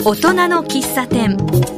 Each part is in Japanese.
大人の喫茶店。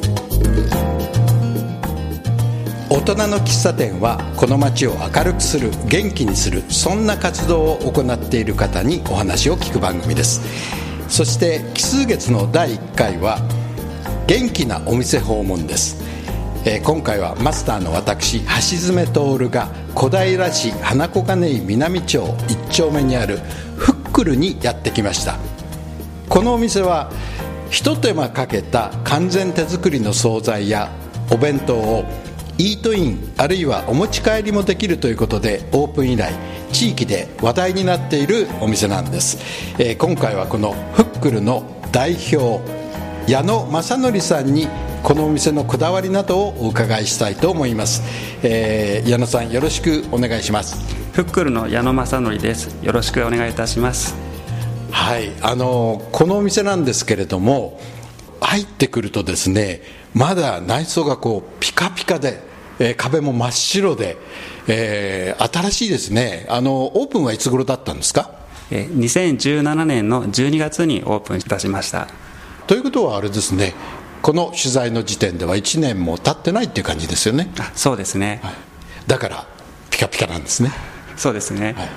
大人の喫茶店はこの街を明るくする、元気にする、そんな活動を行っている方にお話を聞く番組です。そして奇数月の第1回は元気なお店訪問です。今回はマスターの私橋爪徹が小平市花小金井南町1丁目にあるフックルにやってきました。このお店は一手間かけた完全手作りの惣菜やお弁当をイートインあるいはお持ち帰りもできるということでオープン以来地域で話題になっているお店なんです。今回はこのフックルの代表矢野正則さんにこのお店のこだわりなどをお伺いしたいと思います。矢野さん、よろしくお願いします。 フックルの矢野正則です。よろしくお願いいたします。 はい、このお店なんですけれども、入ってくるとですね、まだ内装がこうピカピカで、壁も真っ白で、新しいですね。オープンはいつ頃だったんですか ？2017年の12月にオープンいたしました。 ということはあれですね、この取材の時点では1年も経ってないっていう感じですよね。 そうですね、 はい、だからピカピカなんですね。 そうですね、 はい、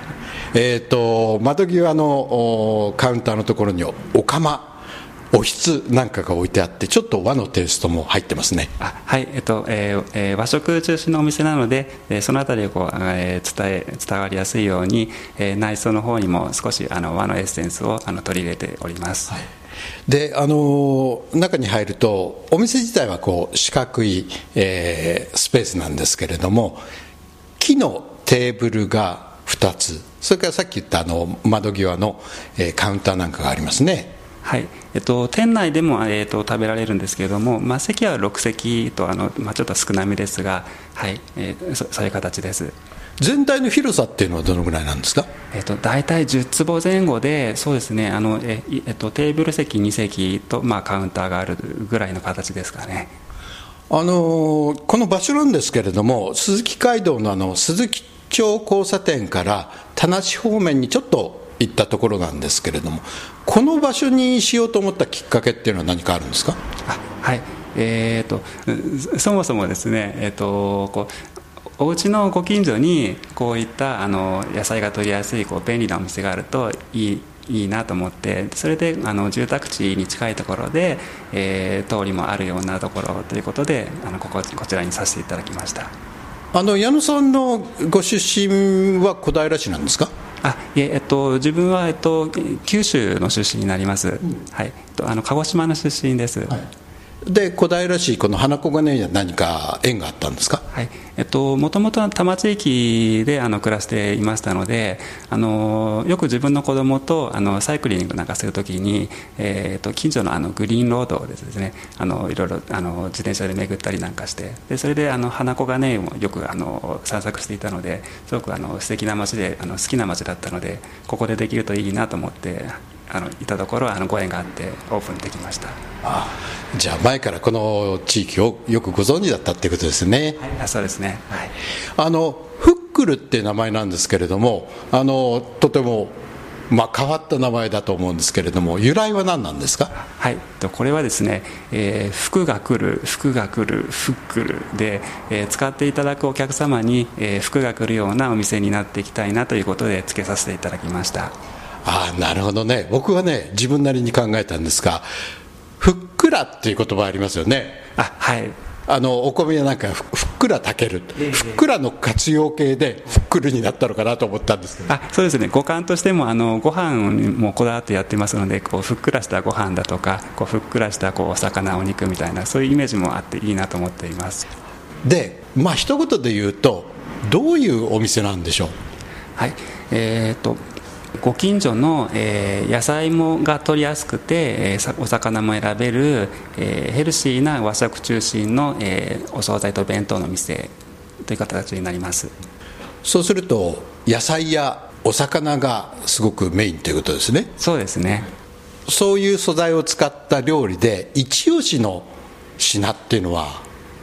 窓際のカウンターのところにお釜、おひつなんかが置いてあって、ちょっと和のテイストも入ってますね。 はい、和食中心のお店なので、そのあたりを伝わりやすいように、内装の方にも少し和のエッセンスを取り入れております。 はい、で中に入るとお店自体はこう四角い、スペースなんですけれども、木のテーブルが2つ、それからさっき言った窓際の、カウンターなんかがありますね。 はい、店内でも、食べられるんですけれども、席は6席とちょっと少なめですが、はい、そういう形です。 全体の広さっていうのはどのぐらいなんですか？ 大体10坪前後で、そうですね、テーブル席2席と、カウンターがあるぐらいの形ですかね。 この場所なんですけれども、鈴木街道の鈴木町交差点から田無方面にちょっと行ったところなんですけれども、この場所にしようと思ったきっかけっていうのは何かあるんですか？ はい、そもそもですね、お家のご近所にこういった野菜が取りやすい便利なお店があるといいなと思って、それで住宅地に近いところで、通りもあるようなところということでこちらにさせていただきました。 矢野さんのご出身は小平市なんですか？ いえ、自分は、九州の出身になります。はい、鹿児島の出身です。はい、 で小平市、この花小金井には何か縁があったんですか？ はい、もともと多摩地域で暮らしていましたので、よく自分の子供とサイクリングなんかするときに、近所のグリーンロードをですね、いろいろ自転車で巡ったりなんかして、でそれで花小金井もよく散策していたので、すごく素敵な街で好きな街だったので、ここでできるといいなと思っていたところ、ご縁があってオープンできました。 じゃあ前からこの地域をよくご存知だったっていうことですね。 はい、そうですね。はい、 フックルって名前なんですけれども、とても変わった名前だと思うんですけれども、由来は何なんですか？ はい、これはですね、福が来るフックルで、使っていただくお客様に、福が来るようなお店になっていきたいなということで付けさせていただきました。 なるほどね。僕はね、自分なりに考えたんですが、ふっくらっていう言葉ありますよね。 はい、 お米やなんかふっくら炊ける、ふっくらの活用形でふっくるになったのかなと思ったんですけど。 そうですね、五感としてもご飯にもこだわってやってますので、ふっくらしたご飯だとかふっくらしたお魚、お肉みたいな、そういうイメージもあっていいなと思っています。 で、一言で言うとどういうお店なんでしょう？ はい、ご近所の、野菜が取りやすくて、お魚も選べる、ヘルシーな和食中心の、お惣菜と弁当の店という形になります。 そうすると野菜やお魚がすごくメインということですね。 そうですね。 そういう素材を使った料理で一押しの品っていうのは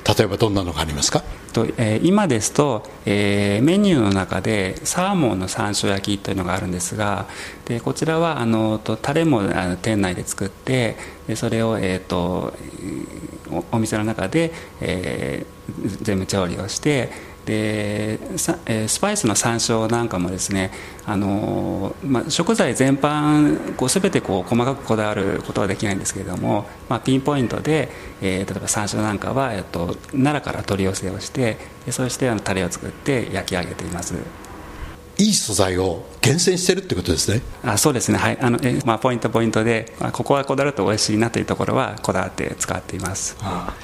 例えばどんなのがありますか？ 今ですと、メニューの中でサーモンの山椒焼きというのがあるんですが、でこちらはタレも店内で作って、でそれを、お店の中で、全部調理をして、でスパイスの山椒なんかもですね、食材全般全て細かくこだわることはできないんですけれども、ピンポイントで、例えば山椒なんかは、奈良から取り寄せをして、でそしてタレを作って焼き上げています。 いい素材を厳選してるってことですね。 そうですね、はい。ポイントで、ここはこだわると美味しいなというところはこだわって使っています。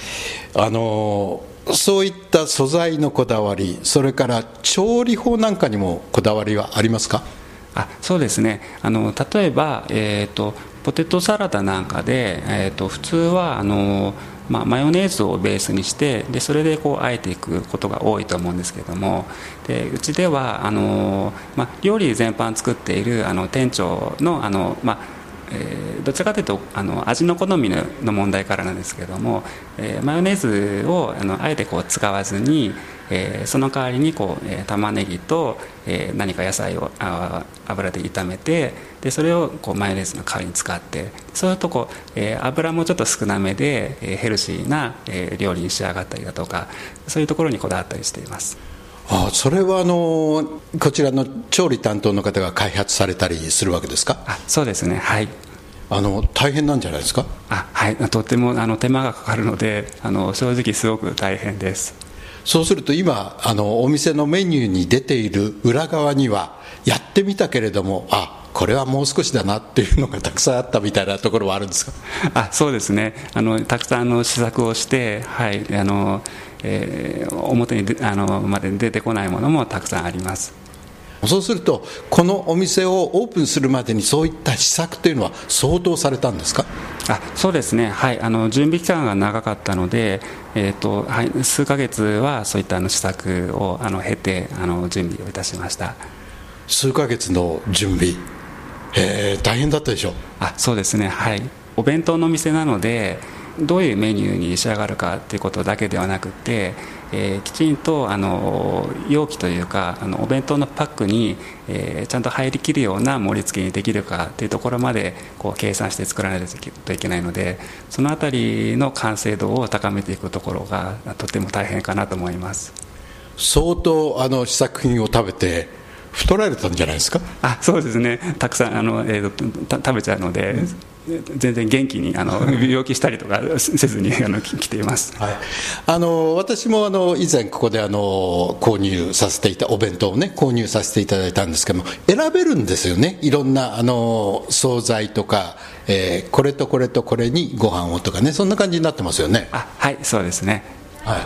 そういった素材のこだわり、それから調理法なんかにもこだわりはありますか？ そうですね、例えば、ポテトサラダなんかで、普通はマヨネーズをベースにして、でそれで和えていくことが多いと思うんですけれども、でうちでは料理全般作っている店長のどちらかというと味の好みの問題からなんですけれども、マヨネーズをあえて使わずに、その代わりに玉ねぎと、何か野菜を油で炒めて、でそれをマヨネーズの代わりに使って、そうすると油もちょっと少なめで、ヘルシーな、料理に仕上がったりだとか、そういうところにこだわったりしています。 それはこちらの調理担当の方が開発されたりするわけですか？そうですね、はい。大変なんじゃないですか？ はい、とても手間がかかるので、正直すごく大変です。 そうすると今お店のメニューに出ている裏側には、やってみたけれどもこれはもう少しだなっていうのがたくさんあったみたいなところはあるんですか？ そうですね、たくさん試作をして、はい、表にまで出てこないものもたくさんあります。 そうするとこのお店をオープンするまでにそういった試作というのは相当されたんですか？ そうですね、はい、準備期間が長かったので、はい、数ヶ月はそういった試作を経て準備をいたしました。 数ヶ月の準備、大変だったでしょう？ そうですね、はい。お弁当の店なので、どういうメニューに仕上がるかということだけではなくて、きちんと容器というかお弁当のパックに、ちゃんと入りきるような盛り付けにできるかというところまで計算して作らないといけないので、そのあたりの完成度を高めていくところがとても大変かなと思います。 相当試作品を食べて太られたんじゃないですか？ そうですね、たくさん食べちゃうので、全然元気に病気したりとかせずに来ています。 はい、私も以前ここで購入させていたお弁当をね購入させていただいたんですけども、選べるんですよね。いろんな惣菜とか、これとこれとこれにご飯をとかね、そんな感じになってますよね。 はい、そうですね。 はい、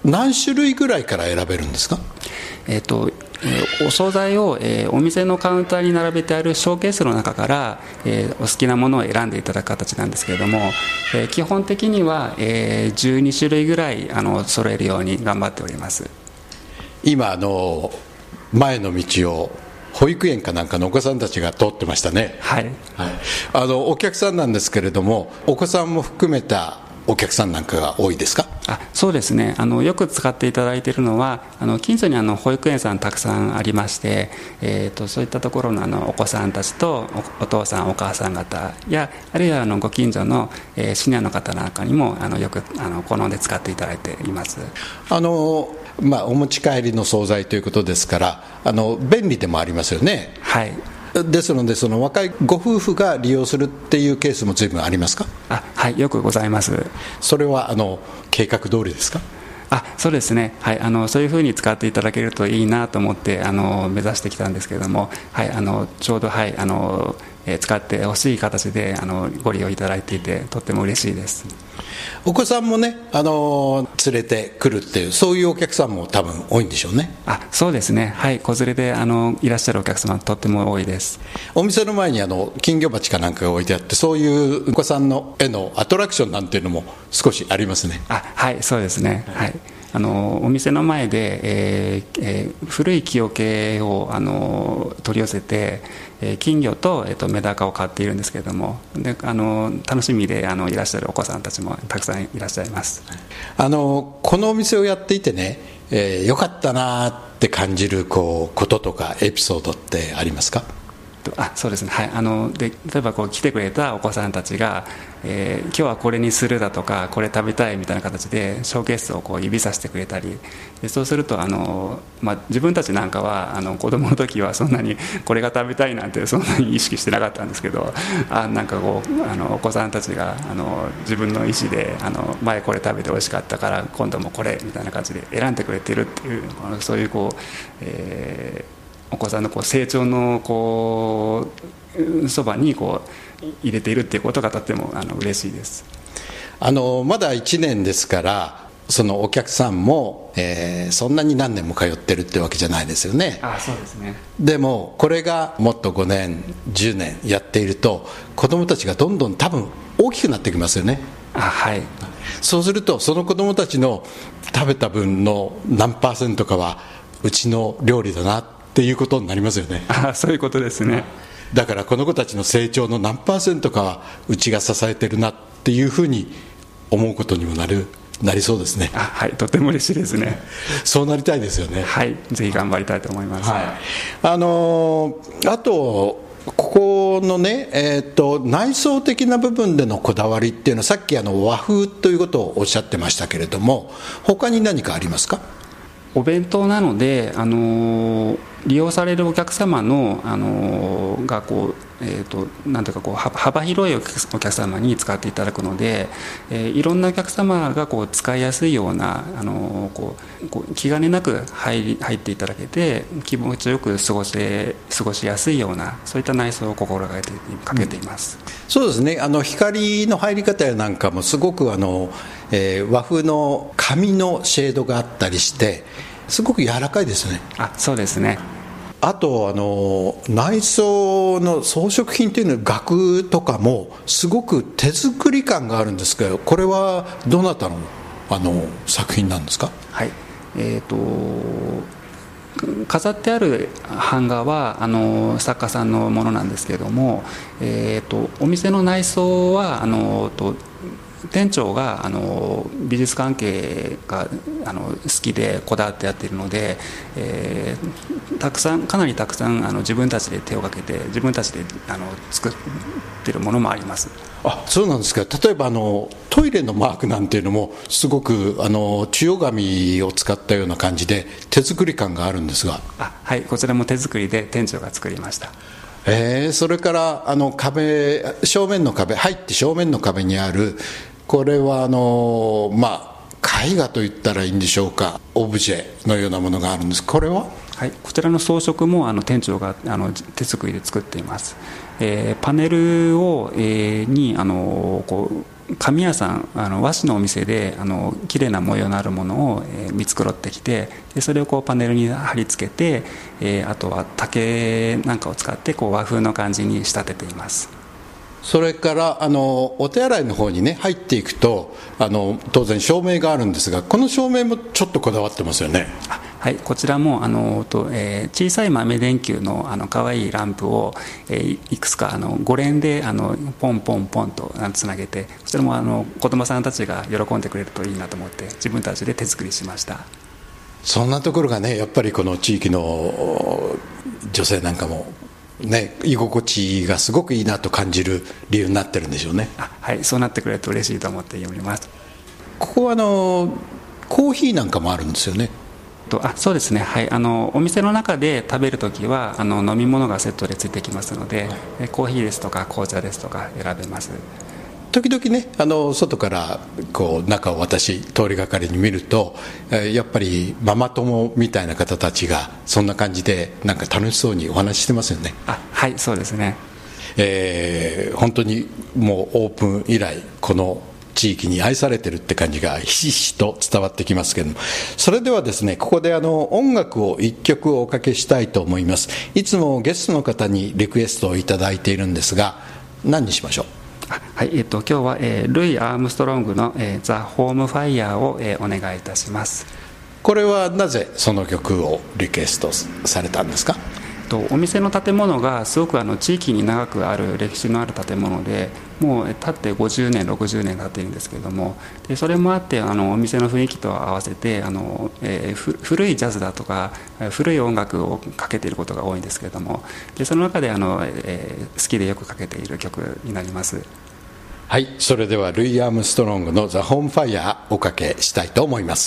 何種類ぐらいから選べるんですか？ お惣菜を、お店のカウンターに並べてあるショーケースの中から、お好きなものを選んでいただく形なんですけれども、基本的には、12種類ぐらい揃えるように頑張っております。 今前の道を保育園かなんかのお子さんたちが通ってましたね。 はい、 はい、お客さんなんですけれども、お子さんも含めたお客さんなんかが多いですか？ そうですね、よく使っていただいているのは近所に保育園さんたくさんありまして、そういったところのお子さんたちと お父さんお母さん方や、あるいはご近所の、シニアの方なんかにもよく好んで使っていただいています。 お持ち帰りの惣菜ということですから便利でもありますよね。 はい、 ですので若いご夫婦が利用するっていうケースも随分ありますか？ はい、よくございます。 それは計画通りですか？ そうですね、はい、そういうふうに使っていただけるといいなと思って目指してきたんですけれども、はい、ちょうど、はい、使ってほしい形でご利用いただいていてとっても嬉しいです。 お子さんもね連れてくるっていう、そういうお客さんも多分多いんでしょうね。 そうですね、はい、子連れでいらっしゃるお客様とっても多いです。 お店の前に金魚鉢かなんかが置いてあって、そういうお子さんの絵のアトラクションなんていうのも少しありますね。 はい、そうですね、はい、 お店の前で、古い木桶を取り寄せて、金魚と、メダカを飼っているんですけれども、で楽しみでいらっしゃるお子さんたちもたくさんいらっしゃいます。 このお店をやっていてね、よかったなって感じることとかエピソードってありますか？ そうですね、はい、で例えば来てくれたお子さんたちが、今日はこれにするだとか、これ食べたいみたいな形でショーケースを指さしてくれたり、でそうすると自分たちなんかは子供の時はそんなにこれが食べたいなんてそんなに意識してなかったんですけど、なんかお子さんたちが自分の意思で前これ食べて美味しかったから今度もこれみたいな感じで選んでくれてるっていう、そういうお子さんの成長のそばに入れているっていうことがとても嬉しいです。 まだ1年ですから、そのお客さんも、そんなに何年も通ってるってわけじゃないですよね。 そうですね。 でもこれがもっと5年10年やっていると、子どもたちがどんどん多分大きくなってきますよね。 はい。 そうするとその子どもたちの食べた分の何%かはうちの料理だなっていうことになりますよね。 そういうことですね。 だからこの子たちの成長の何%かはうちが支えてるなっていうふうに思うことにもなりそうですね。 はい、とても嬉しいですね。 そうなりたいですよね。 はい、ぜひ頑張りたいと思います。はい、 あとここのね、内装的な部分でのこだわりっていうのは、さっき和風ということをおっしゃってましたけれども、他に何かありますか？ お弁当なので、利用されるお客様の、がなんていうか幅広いお客様に使っていただくので、いろんなお客様が使いやすいような気兼ねなく入っていただけて気持ちよく過ごしやすいような、そういった内装を心がけています。 そうですね。光の入り方やなんかもすごく和風の紙のシェードがあったりしてすごく柔らかいですね。 そうですね。 あと内装の装飾品というの額とかもすごく手作り感があるんですけど、これはどなたの作品なんですか？ はい、飾ってある版画は作家さんのものなんですけれども、お店の内装は店長が美術関係が好きでこだわってやっているので、かなりたくさん自分たちで手をかけて自分たちで作っているものもあります。 そうなんですか。例えばトイレのマークなんていうのもすごく千代紙を使ったような感じで手作り感があるんですが、 はい、こちらも手作りで店長が作りました。 それから正面の壁、入って正面の壁にあるこれは絵画と言ったらいいんでしょうか、オブジェのようなものがあるんです。これは、 はい、こちらの装飾も店長が手作りで作っています。パネルに紙屋さん和紙のお店で綺麗な模様のあるものを見繕ってきて、でそれをパネルに貼り付けて、あとは竹なんかを使って和風の感じに仕立てています。 それからお手洗いの方にね入っていくと当然照明があるんですが、この照明もちょっとこだわってますよね。 はい、こちらも小さい豆電球の可愛いランプをいくつか5連でポンポンポンとつなげて、こちらも子どもさんたちが喜んでくれるといいなと思って自分たちで手作りしました。 そんなところがね、やっぱりこの地域の女性なんかもね、居心地がすごくいいなと感じる理由になってるんでしょうね。 はい、そうなってくれると嬉しいと思っております。 ここはコーヒーなんかもあるんですよね。 そうですね、はい、お店の中で食べるときは飲み物がセットでついてきますので、コーヒーですとか紅茶ですとか選べます。 時々ね外から中を私通りがかりに見ると、やっぱりママ友みたいな方たちがそんな感じでなんか楽しそうにお話ししてますよね。 はい、そうですね。 本当にもうオープン以来この地域に愛されてるって感じがひしひしと伝わってきますけども、それではですね、ここで音楽を1曲おかけしたいと思います。いつもゲストの方にリクエストをいただいているんですが、何にしましょう？ はい、今日はルイ・アームストロングの「ザ・ホーム・ファイヤー」をお願いいたします。 これはなぜその曲をリクエストされたんですか？ お店の建物がすごく地域に長くある歴史のある建物で、もう建って50年60年経っているんですけれども、でそれもあってお店の雰囲気と合わせて古いジャズだとか古い音楽をかけていることが多いんですけれども、でその中で好きでよくかけている曲になります。 はい、それではルイ・アームストロングの「ザ・ホームファイヤー」おかけしたいと思います。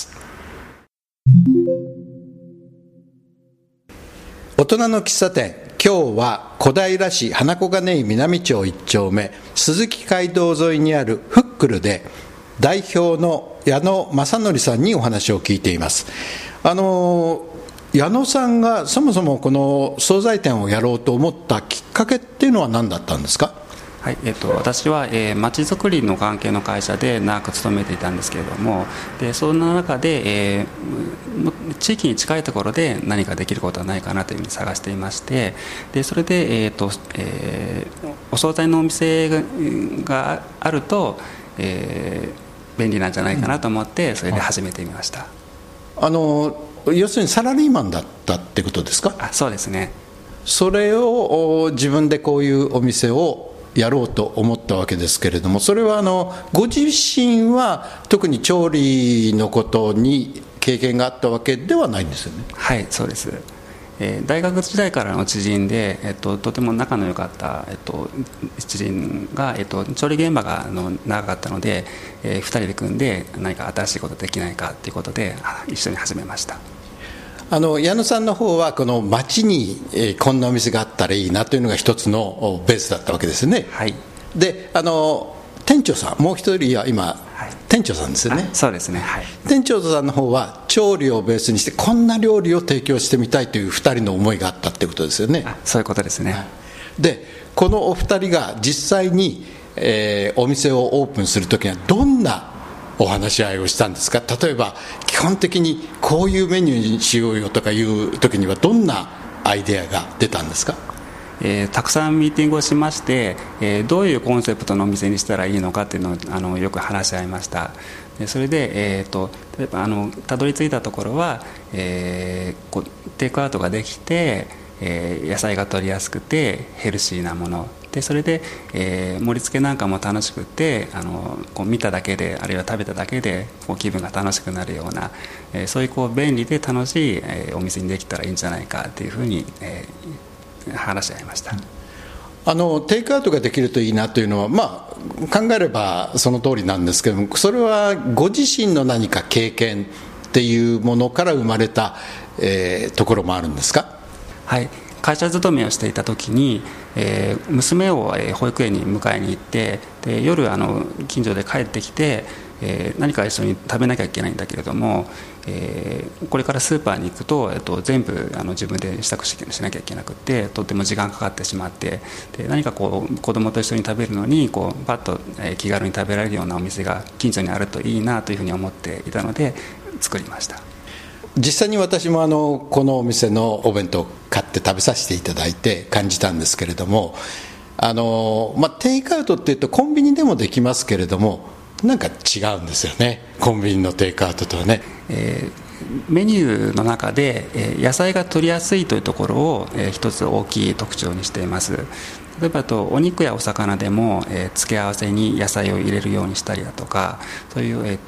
大人の喫茶店、今日は小平市花小金井南町1丁目鈴木街道沿いにあるフックルで代表の矢野正則さんにお話を聞いています。矢野さんがそもそもこの惣菜店をやろうと思ったきっかけっていうのは何だったんですか？ はい、私はまちづくりの関係の会社で長く勤めていたんですけれども、でそんな中で、地域に近いところで何かできることはないかなというふうに探していまして、でそれで、お惣菜のお店があると、便利なんじゃないかなと思って、それで始めてみました。 要するにサラリーマンだったってことですか？ そうですね。 それを自分でこういうお店をやろうと思ったわけですけれども、それはご自身は特に調理のことに経験があったわけではないんですよね？はい、 そうです。大学時代からの知人で、とても仲の良かった、知人が、調理現場が長かったので、2人で組んで何か新しいことできないかということで一緒に始めました。 矢野さんの方はこの町にこんなお店があったらいいなというのが一つのベースだったわけですね。 はい。 で店長さんもう一人は今、はい、店長さんですよね？ そうですね、はい。 店長さんの方は調理をベースにしてこんな料理を提供してみたいという2人の思いがあったってことですよね？ そういうことですね。 でこのお二人が実際に、お店をオープンするときにはどんなお話し合いをしたんですか？例えば基本的にこういうメニューにしようよとかいう時にはどんなアイデアが出たんですか？ たくさんミーティングをしまして、どういうコンセプトのお店にしたらいいのかっていうのをよく話し合いました。でそれで、例えばたどり着いたところは、テイクアウトができて、野菜が取りやすくてヘルシーなもので、それで、盛り付けなんかも楽しくて見ただけであるいは食べただけで気分が楽しくなるような、そういう便利で楽しい、お店にできたらいいんじゃないかというふうに、話し合いました。 テイクアウトができるといいなというのは、考えればその通りなんですけども、それはご自身の何か経験っていうものから生まれた、ところもあるんですか？はい、 会社勤めをしていた時に、娘を保育園に迎えに行って、で夜近所で帰ってきて、何か一緒に食べなきゃいけないんだけれども、これからスーパーに行くと、全部自分で支度しなきゃいけなくてとても時間かかってしまって、で何か子供と一緒に食べるのにパッと気軽に食べられるようなお店が近所にあるといいなというふうに思っていたので作りました。 実際に私もこのお店のお弁当を買って食べさせていただいて感じたんですけれども、テイクアウトっていうとコンビニでもできますけれども、なんか違うんですよね、コンビニのテイクアウトとはね。 メニューの中で野菜が取りやすいというところを一つ大きい特徴にしています。例えばお肉やお魚でも付け合わせに野菜を入れるようにしたりだとか、そういう日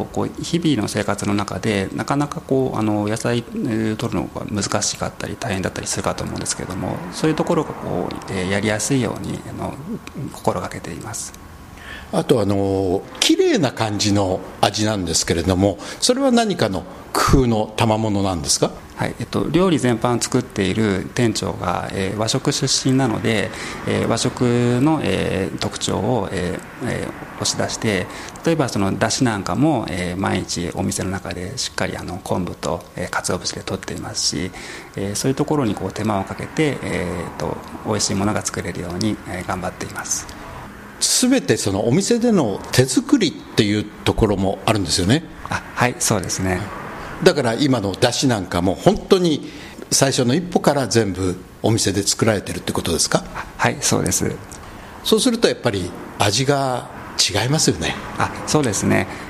々の生活の中でなかなか野菜取るのが難しかったり大変だったりするかと思うんですけれども、そういうところがやりやすいように心がけています。 あと綺麗な感じの味なんですけれども、それは何かの工夫の賜物なんですか？ はい、料理全般作っている店長が、和食出身なので、和食の、特徴を、押し出して、例えばその出汁なんかも、毎日お店の中でしっかり昆布と、鰹節で取っていますし、そういうところに手間をかけて、美味しいものが作れるように、頑張っています。 全てそのお店での手作りっていうところもあるんですよね？ はい、そうですね。 だから今の出汁なんかも本当に最初の一歩から全部お店で作られてるってことですか？ はい、そうです。 そうするとやっぱり味が違いますよね？ そうですね。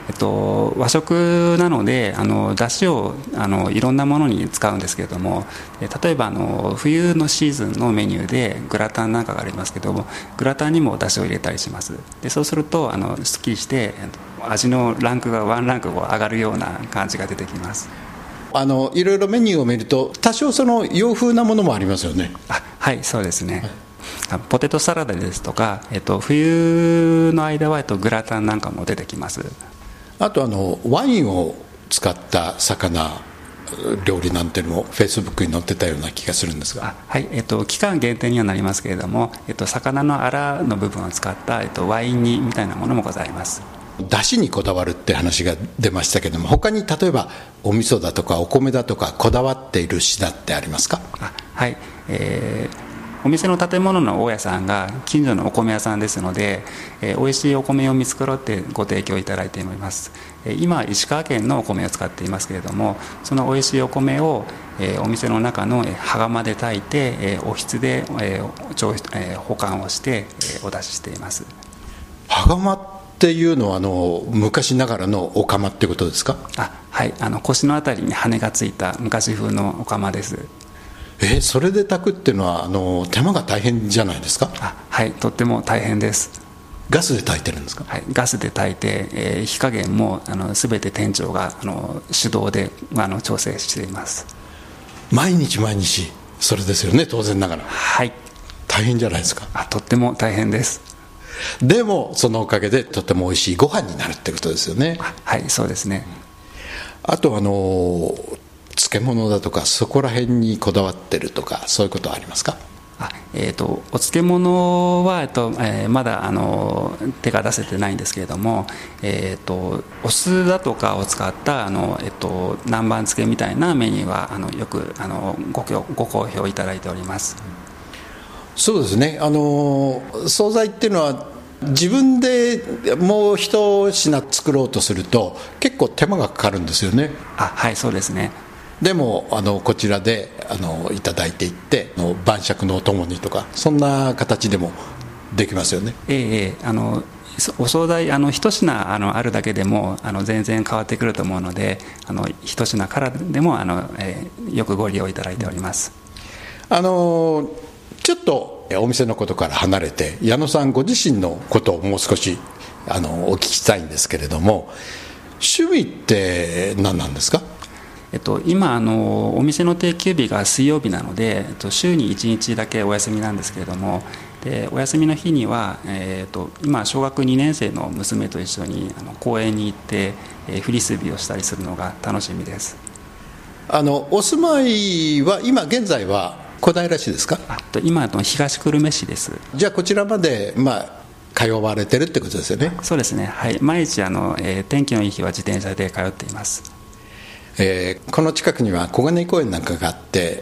和食なのでだしをいろんなものに使うんですけれども、例えば冬のシーズンのメニューでグラタンなんかがありますけども、グラタンにもだしを入れたりします。でそうするとすっきりして味のランクがワンランク上がるような感じが出てきます。 いろいろメニューを見ると多少その洋風なものもありますよね。 はい、そうですね、ポテトサラダですとか、冬の間はグラタンなんかも出てきます。 あとワインを使った魚料理なんていうのもフェイスブックに載ってたような気がするんですが、 はい、期間限定にはなりますけれども、魚のアラの部分を使った、ワイン煮みたいなものもございます。 だしにこだわるって話が出ましたけども、他に例えばお味噌だとかお米だとかこだわっている品ってありますか？ はい、お店の建物の大家さんが近所のお米屋さんですので、美味しいお米を見繕ってご提供いただいております。今石川県のお米を使っていますけれども、その美味しいお米をお店の中の羽釜で炊いておひつで保管をしてお出ししています。 羽釜っていうのは昔ながらのお釜ってことですか？ はい、腰のあたりに羽がついた昔風のお釜です。 それで炊くっていうのは手間が大変じゃないですか？ はい、とっても大変です。 ガスで炊いてるんですか？ はい、ガスで炊いて、火加減も全て店長が手動で調整しています。 毎日それですよね、当然ながら。 はい、 大変じゃないですか？ とっても大変です。 でもそのおかげでとても美味しいご飯になるってことですよね。 はい、そうですね。 あと漬物だとかそこら辺にこだわってるとか、そういうことはありますか？ お漬物は、まだ手が出せてないんですけれども、お酢だとかを使った南蛮漬けみたいなメニューはよくご好評いただいております。 そうですね、惣菜っていうのは自分でもう一品作ろうとすると結構手間がかかるんですよね。 はい、そうですね。 でもこちらでいただいていって晩酌のお供にとか、そんな形でもできますよね。 お惣菜一品あるだけでも全然変わってくると思うので、一品からでもよくご利用いただいております。 ちょっとお店のことから離れて矢野さんご自身のことをもう少しお聞きしたいんですけれども、趣味って何なんですか？ 今お店の定休日が水曜日なので、週に1日だけお休みなんですけれども、でお休みの日には、今小学2年生の娘と一緒に公園に行って、フリスビーをしたりするのが楽しみです。 お住まいは今現在は小平市ですか？ 今東久留米市です。 じゃあこちらまで通われてるってことですよね。 そうですね、はい、毎日天気のいい日は自転車で通っています。 この近くには小金井公園なんかがあって、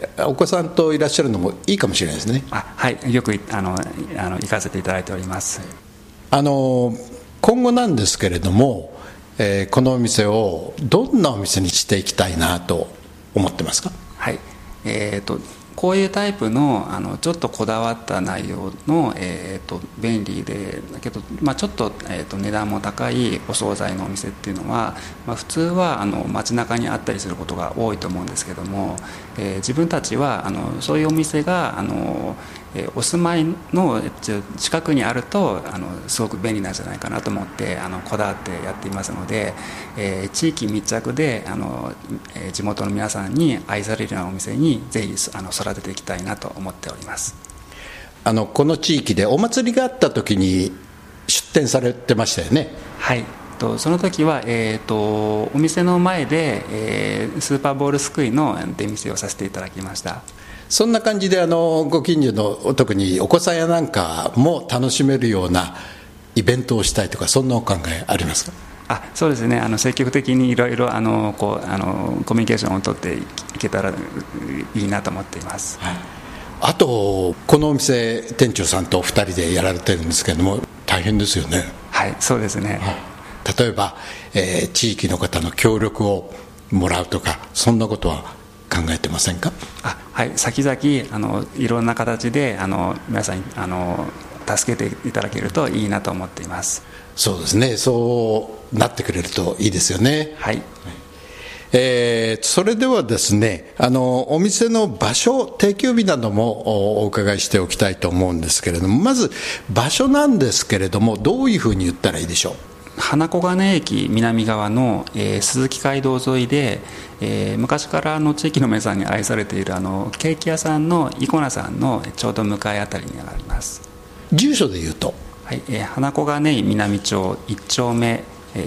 お子さんといらっしゃるのもいいかもしれないですね。 はい、よく行かせていただいております。 今後なんですけれども、このお店をどんなお店にしていきたいなと思ってますか？はい、 こういうタイプのちょっとこだわった内容の、便利でだけど、ちょっと、値段も高いお惣菜のお店っていうのは、普通は街中にあったりすることが多いと思うんですけども、自分たちはそういうお店がお住まいの近くにあるとすごく便利なんじゃないかなと思ってこだわってやっていますので、地域密着で地元の皆さんに愛されるようなお店にぜひ育てていきたいなと思っております。 この地域でお祭りがあった時に出店されてましたよね。 はい、その時は、お店の前で、スーパーボールすくいの出店をさせていただきました。 そんな感じでご近所の特にお子さんやなんかも楽しめるようなイベントをしたいとか、そんなお考えありますか？ そうですね、積極的にいろいろコミュニケーションを取っていけたらいいなと思っています。 はい、あとこのお店店長さんと2人でやられてるんですけれども大変ですよね。 はい、そうですね。 はい、例えば、地域の方の協力をもらうとか、そんなことは考えてませんか？はい、 先々いろんな形で皆さんに助けていただけるといいなと思っています。 そうですね、そうなってくれるといいですよね。 はい。 それではですね、お店の場所、定休日などもお伺いしておきたいと思うんですけれども、まず場所なんですけれども、どういうふうに言ったらいいでしょう。 花小金駅南側の、鈴木街道沿いで、昔から地域の皆さんに愛されているケーキ屋さんのイコナさんのちょうど向かいあたりにあります。 住所でいうと、 はい、花小金井南町1丁目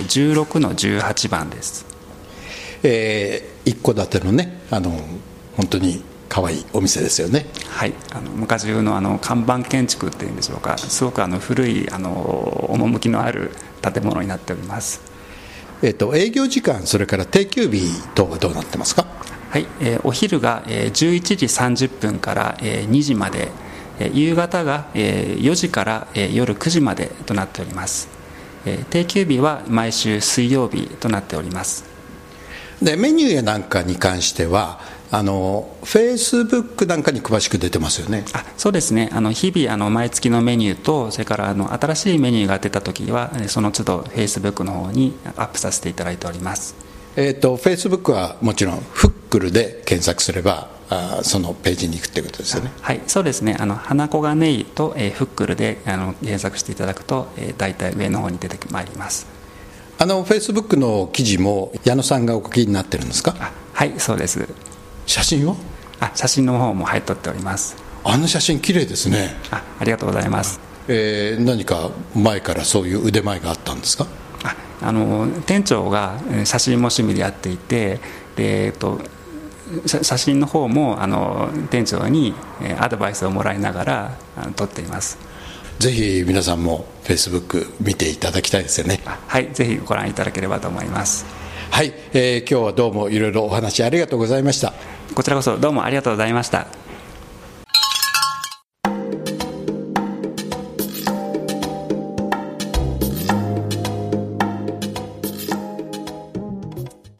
16-18番です。 一戸建てのね、本当に可愛いお店ですよね。 はい、昔風の看板建築っていうんでしょうか、すごく古い趣のある建物になっております。 営業時間、それから定休日等はどうなってますか。 はい、お昼が11時30分から2時まで、夕方が4時から夜9時までとなっております。定休日は毎週水曜日となっております。 でメニューやなんかに関してはフェイスブックなんかに詳しく出てますよね。 そうですね、日々毎月のメニューと、それから新しいメニューが出たときはその都度フェイスブックの方にアップさせていただいております。 フェイスブックはもちろんフックルで検索すればそのページに行くということですよね。 はい、そうですね、花小金井とフックルで検索していただくと大体上の方に出てまいります。 フェイスブックの記事も矢野さんがお書きになってるんですか。 はい、そうです。 写真は写真の方も入っとっております。 写真綺麗ですね。 ありがとうございます。 何か前からそういう腕前があったんですか。 店長が写真も趣味でやっていて、で写真の方も店長にアドバイスをもらいながら撮っています。 ぜひ皆さんもフェイスブック見ていただきたいですよね。 はい、ぜひご覧いただければと思います。 はい、今日はどうもいろいろお話ありがとうございました。 こちらこそどうもありがとうございました。